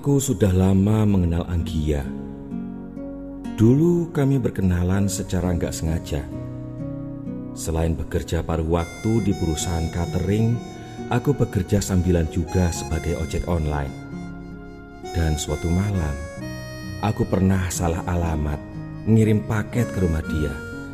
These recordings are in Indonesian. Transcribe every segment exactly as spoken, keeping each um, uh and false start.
Aku sudah lama mengenal Anggia. Dulu kami berkenalan secara nggak sengaja. Selain bekerja paruh waktu di perusahaan catering, aku bekerja sambilan juga sebagai ojek online. Dan suatu malam, aku pernah salah alamat, ngirim paket ke rumah dia.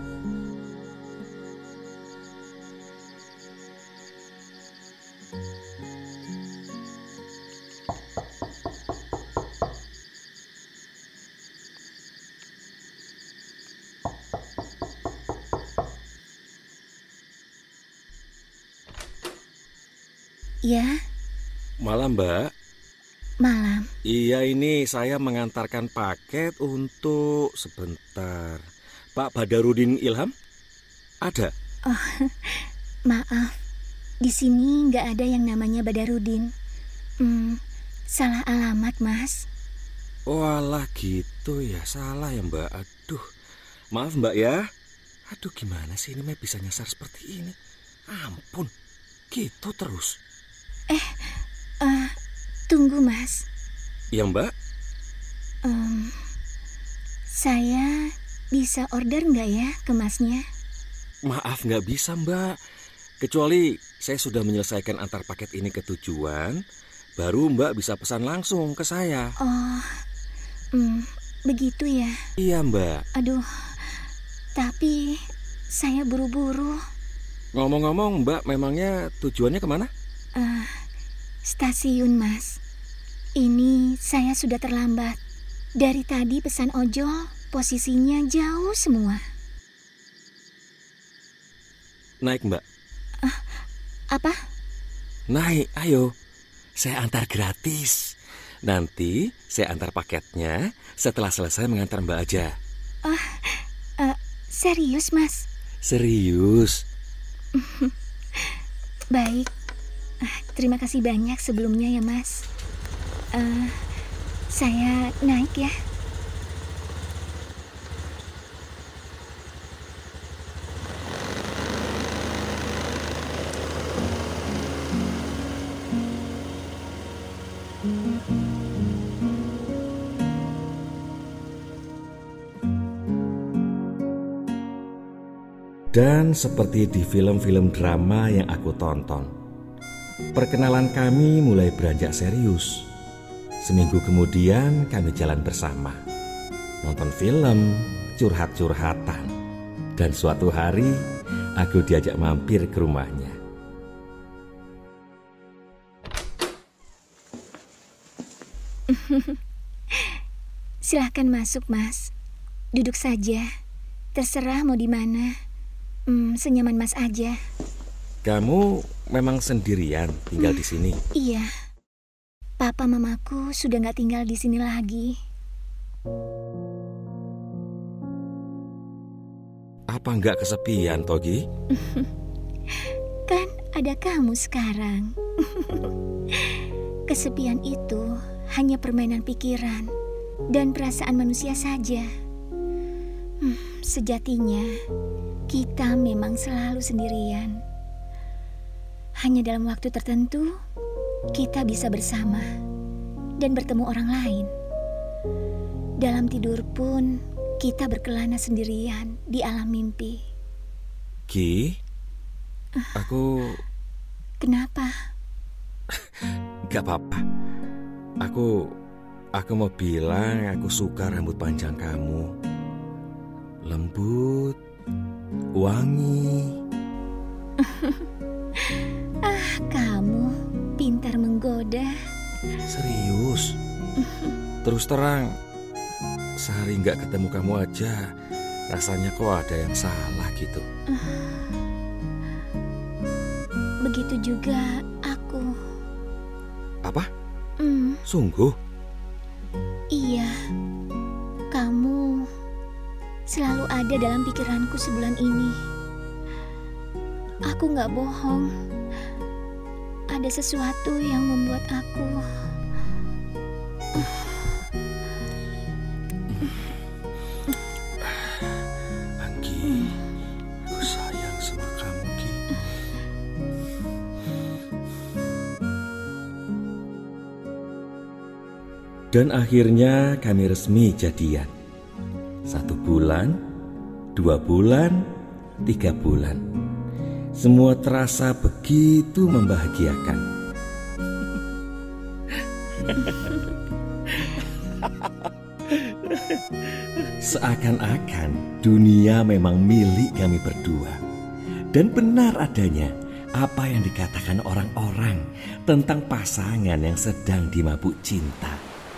Ya. Malam, Mbak. Malam. Iya, ini saya mengantarkan paket untuk sebentar. Pak Badarudin Ilham ada? Oh, maaf. Di sini nggak ada yang namanya Badarudin. Hmm, salah alamat, Mas. Walah gitu ya, salah ya Mbak. Aduh, maaf Mbak ya. Aduh, gimana sih ini Mbak bisa nyasar seperti ini? Ampun, gitu terus. Eh, uh, tunggu Mas. Ya Mbak? Um, saya bisa order nggak ya ke Masnya? Maaf nggak bisa Mbak. Kecuali saya sudah menyelesaikan antar paket ini ke tujuan, baru Mbak bisa pesan langsung ke saya. Oh, hmm, begitu ya? Iya Mbak. Aduh, tapi saya buru-buru. Ngomong-ngomong Mbak, memangnya tujuannya kemana? Uh, stasiun Mas. Ini saya sudah terlambat. Dari tadi pesan ojol, posisinya jauh semua. Naik Mbak. Uh, apa? Naik, ayo. Saya antar gratis. Nanti saya antar paketnya setelah selesai mengantar Mbak aja. Oh, uh, serius Mas? Serius. Baik. Uh, terima kasih banyak sebelumnya ya Mas. Uh, saya naik ya. Dan seperti di film-film drama yang aku tonton, perkenalan kami mulai beranjak serius. Seminggu kemudian kami jalan bersama, nonton film, curhat-curhatan. Dan suatu hari aku diajak mampir ke rumahnya. Silahkan masuk Mas. Duduk saja. Terserah mau di mana. Hmm, senyaman Mas aja. Kamu memang sendirian tinggal hmm, di sini? Iya. Papa mamaku sudah nggak tinggal di sini lagi. Apa nggak kesepian, Togi? Kan ada kamu sekarang. Kesepian itu hanya permainan pikiran dan perasaan manusia saja. Hmm, sejatinya kita memang selalu sendirian. Hanya dalam waktu tertentu kita bisa bersama dan bertemu orang lain. Dalam tidur pun kita berkelana sendirian di alam mimpi. Ki, aku... Kenapa? Gak apa-apa. Aku... Aku mau bilang aku suka rambut panjang kamu. Lembut, wangi. Ah, kamu pintar menggoda. Serius? Terus terang, sehari nggak ketemu kamu aja, rasanya kok ada yang salah gitu. Begitu juga aku. Apa? Mm. Sungguh? Iya. Kamu selalu ada dalam pikiranku sebulan ini. Aku nggak bohong. Ada sesuatu yang membuat aku... Anggi, aku sayang sama kamu, Ki. Dan akhirnya kami resmi jadian. Satu bulan, dua bulan, tiga bulan. Semua terasa begitu membahagiakan. Seakan-akan dunia memang milik kami berdua. Dan benar adanya apa yang dikatakan orang-orang tentang pasangan yang sedang dimabuk cinta.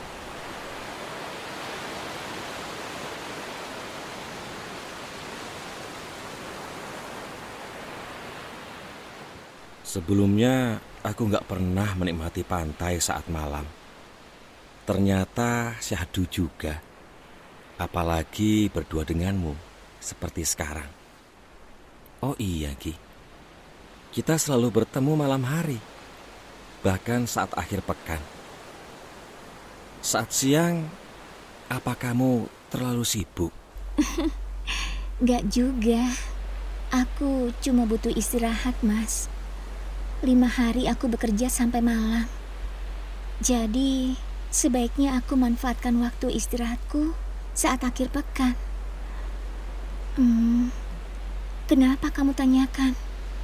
Sebelumnya aku gak pernah menikmati pantai saat malam. Ternyata syahdu juga. Apalagi berdua denganmu seperti sekarang. Oh iya Ki, kita selalu bertemu malam hari, bahkan saat akhir pekan. Saat siang, apa kamu terlalu sibuk? Gak juga. Aku cuma butuh istirahat, Mas. Lima hari aku bekerja sampai malam. Jadi sebaiknya aku manfaatkan waktu istirahatku saat akhir pekan. Hmm, kenapa kamu tanyakan?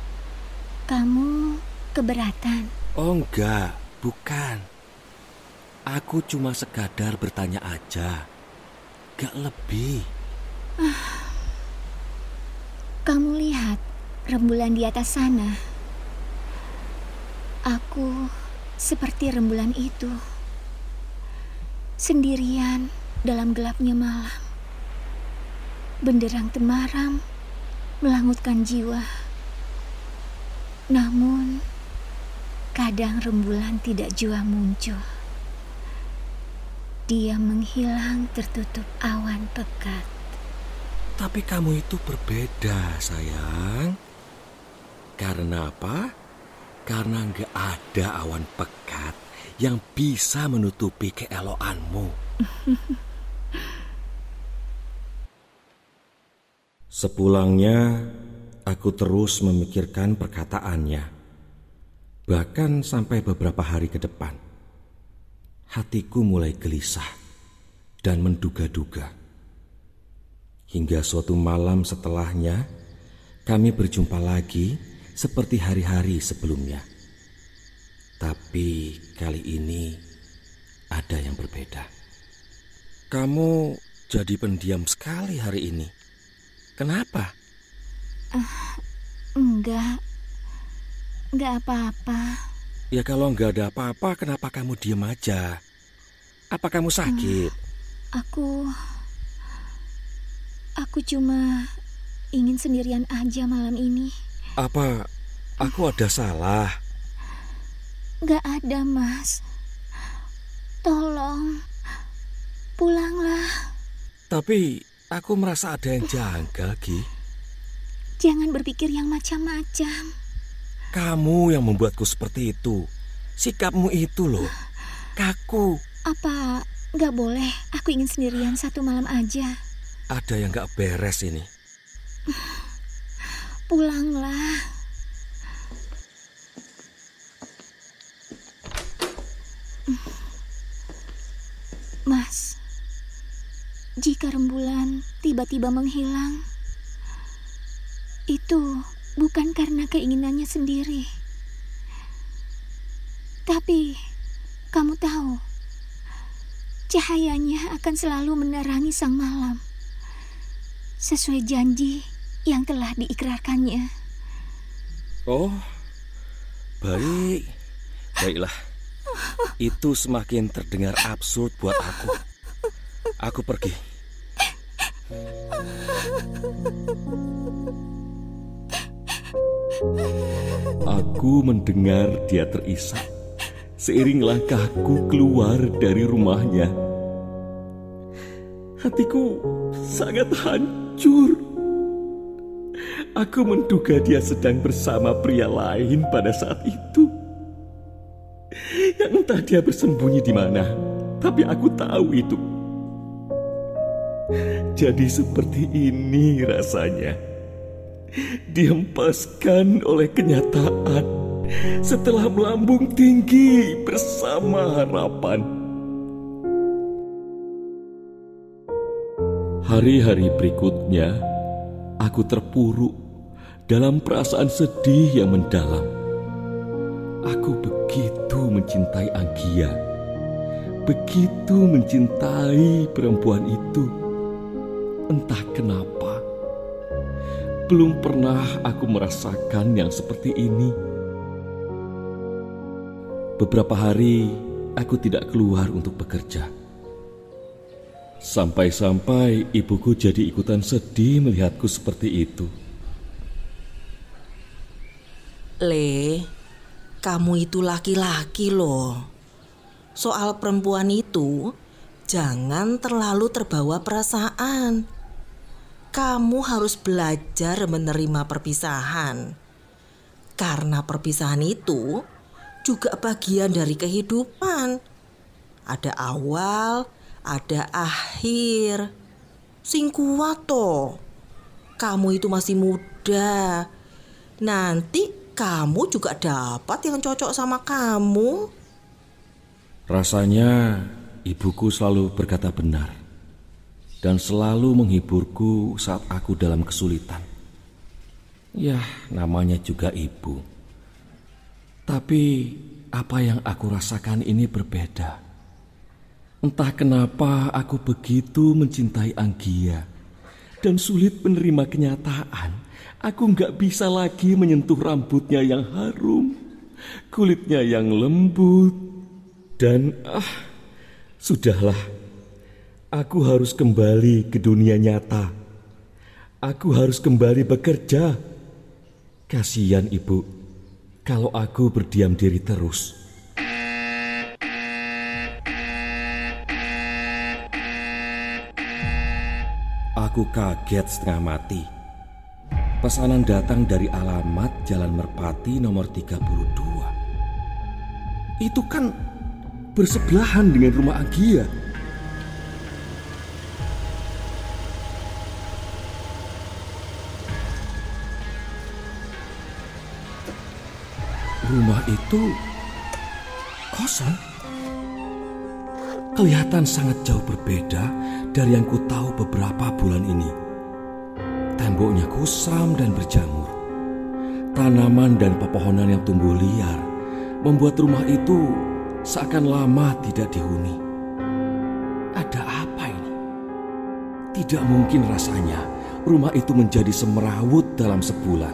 Kamu keberatan? Oh enggak, bukan. Aku cuma sekadar bertanya aja. Gak lebih. Kamu lihat rembulan di atas sana? Aku seperti rembulan itu, sendirian dalam gelapnya malam. Benderang temaram melangutkan jiwa. Namun, kadang rembulan tidak jua muncul. Dia menghilang tertutup awan pekat. Tapi kamu itu berbeda, sayang. Karena apa? Karena nggak ada awan pekat yang bisa menutupi keelokanmu. Sepulangnya, aku terus memikirkan perkataannya. Bahkan sampai beberapa hari ke depan. Hatiku mulai gelisah dan menduga-duga. Hingga suatu malam setelahnya, kami berjumpa lagi seperti hari-hari sebelumnya. Tapi kali ini ada yang berbeda. Kamu jadi pendiam sekali hari ini. Kenapa? Uh, enggak. Enggak apa-apa. Ya kalau enggak ada apa-apa, kenapa kamu diam aja? Apa kamu sakit? Uh, aku... Aku cuma ingin sendirian aja malam ini. Apa aku ada salah? Gak ada, Mas. Tolong, pulanglah. Tapi aku merasa ada yang janggal, Ki. Jangan berpikir yang macam-macam. Kamu yang membuatku seperti itu. Sikapmu itu loh, kaku. Apa gak boleh aku ingin sendirian satu malam aja? Ada yang gak beres ini. Pulanglah. Mas, jika rembulan tiba-tiba menghilang, itu bukan karena keinginannya sendiri. Tapi kamu tahu, cahayanya akan selalu menerangi sang malam, sesuai janji yang telah diikrarkannya. Oh, baik. Baiklah. Itu semakin terdengar absurd buat aku. Aku pergi. Aku mendengar dia terisak seiring langkahku keluar dari rumahnya. Hatiku sangat hancur. Aku menduga dia sedang bersama pria lain pada saat itu. Yang entah dia bersembunyi di mana, tapi aku tahu itu. Jadi seperti ini rasanya. Dihempaskan oleh kenyataan setelah melambung tinggi bersama harapan. Hari-hari berikutnya, aku terpuruk dalam perasaan sedih yang mendalam. Aku begitu mencintai Anggia, begitu mencintai perempuan itu. Entah kenapa, belum pernah aku merasakan yang seperti ini. Beberapa hari aku tidak keluar untuk bekerja. Sampai-sampai ibuku jadi ikutan sedih melihatku seperti itu. Le, kamu itu laki-laki loh. Soal perempuan itu, jangan terlalu terbawa perasaan. Kamu harus belajar menerima perpisahan. Karena perpisahan itu juga bagian dari kehidupan. Ada awal, ada akhir. Sing kuat toh. Kamu itu masih muda. Nanti kamu juga dapat yang cocok sama kamu. Rasanya ibuku selalu berkata benar dan selalu menghiburku saat aku dalam kesulitan. Yah, namanya juga ibu. Tapi apa yang aku rasakan ini berbeda. Entah kenapa aku begitu mencintai Anggia dan sulit menerima kenyataan. Aku nggak bisa lagi menyentuh rambutnya yang harum, kulitnya yang lembut, dan ah, sudahlah. Aku harus kembali ke dunia nyata. Aku harus kembali bekerja. Kasihan ibu, kalau aku berdiam diri terus. Aku kaget setengah mati. Pesanan datang dari alamat Jalan Merpati nomor tiga puluh dua. Itu kan bersebelahan dengan rumah Anggia. Rumah itu kosong. Kelihatan sangat jauh berbeda dari yang ku tahu beberapa bulan ini. Temboknya kusam dan berjamur. Tanaman dan pepohonan yang tumbuh liar membuat rumah itu seakan lama tidak dihuni. Ada apa ini? Tidak mungkin rasanya rumah itu menjadi semerawut dalam sebulan.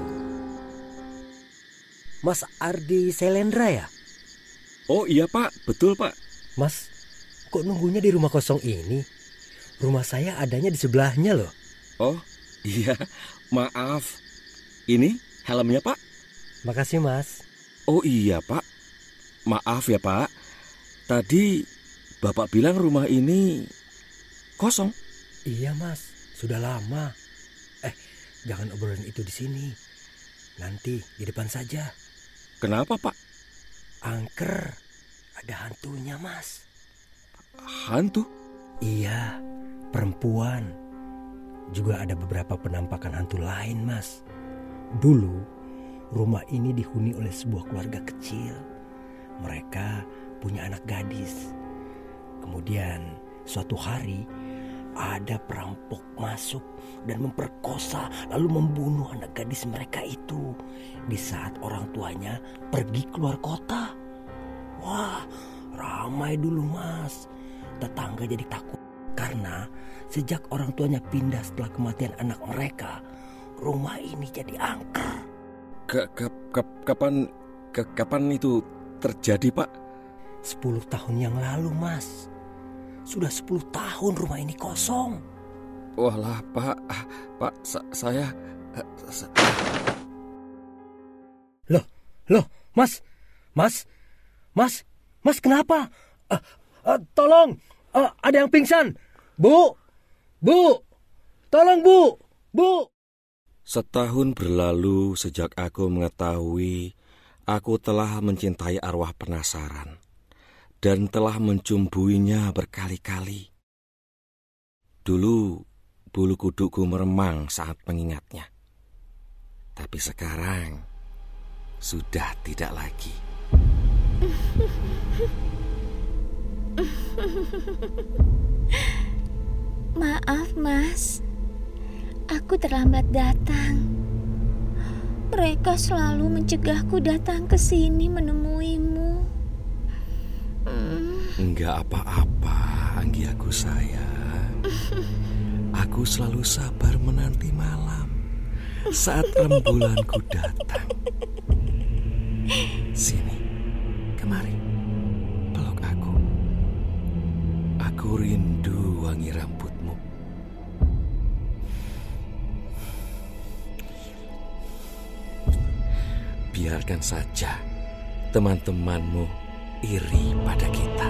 Mas Ardi Selendra ya? Oh iya pak, betul pak. Mas, kok nunggunya di rumah kosong ini? Rumah saya adanya di sebelahnya loh. Oh iya, maaf. Ini helmnya pak. Makasih mas. Oh iya pak, maaf ya pak. Tadi bapak bilang rumah ini kosong. Iya mas, sudah lama. Eh, jangan obrolin itu di sini. Nanti di depan saja. Kenapa pak? Angker, ada hantunya mas. Hantu? Iya, perempuan. Juga ada beberapa penampakan hantu lain mas. Dulu rumah ini dihuni oleh sebuah keluarga kecil. Mereka punya anak gadis. Kemudian suatu hari ada perampok masuk dan memperkosa lalu membunuh anak gadis mereka itu di saat orang tuanya pergi keluar kota. Wah, ramai dulu mas. Tetangga jadi takut karena sejak orang tuanya pindah setelah kematian anak mereka, rumah ini jadi angker. Ke, ke, ke, kapan ke, kapan itu terjadi pak? Sepuluh tahun yang lalu mas. Sudah sepuluh tahun rumah ini kosong. Walah pak, pak sa- saya... Sa- Loh, loh, mas, mas, mas, mas kenapa? Uh, uh, tolong, uh, ada yang pingsan. Bu, bu, tolong bu, bu. Setahun berlalu sejak aku mengetahui aku telah mencintai arwah penasaran dan telah mencumbuinya berkali-kali. Dulu bulu kudukku meremang saat mengingatnya. Tapi sekarang sudah tidak lagi. Maaf, Mas. Aku terlambat datang. Mereka selalu mencegahku datang ke sini menemuimu. Hmm. Enggak apa-apa, Anggiaku sayang. Aku selalu sabar menanti malam saat rembulanku datang. Sini, kemari, peluk aku. Aku rindu wangi rambutmu. Biarkan saja teman-temanmu iri pada kita.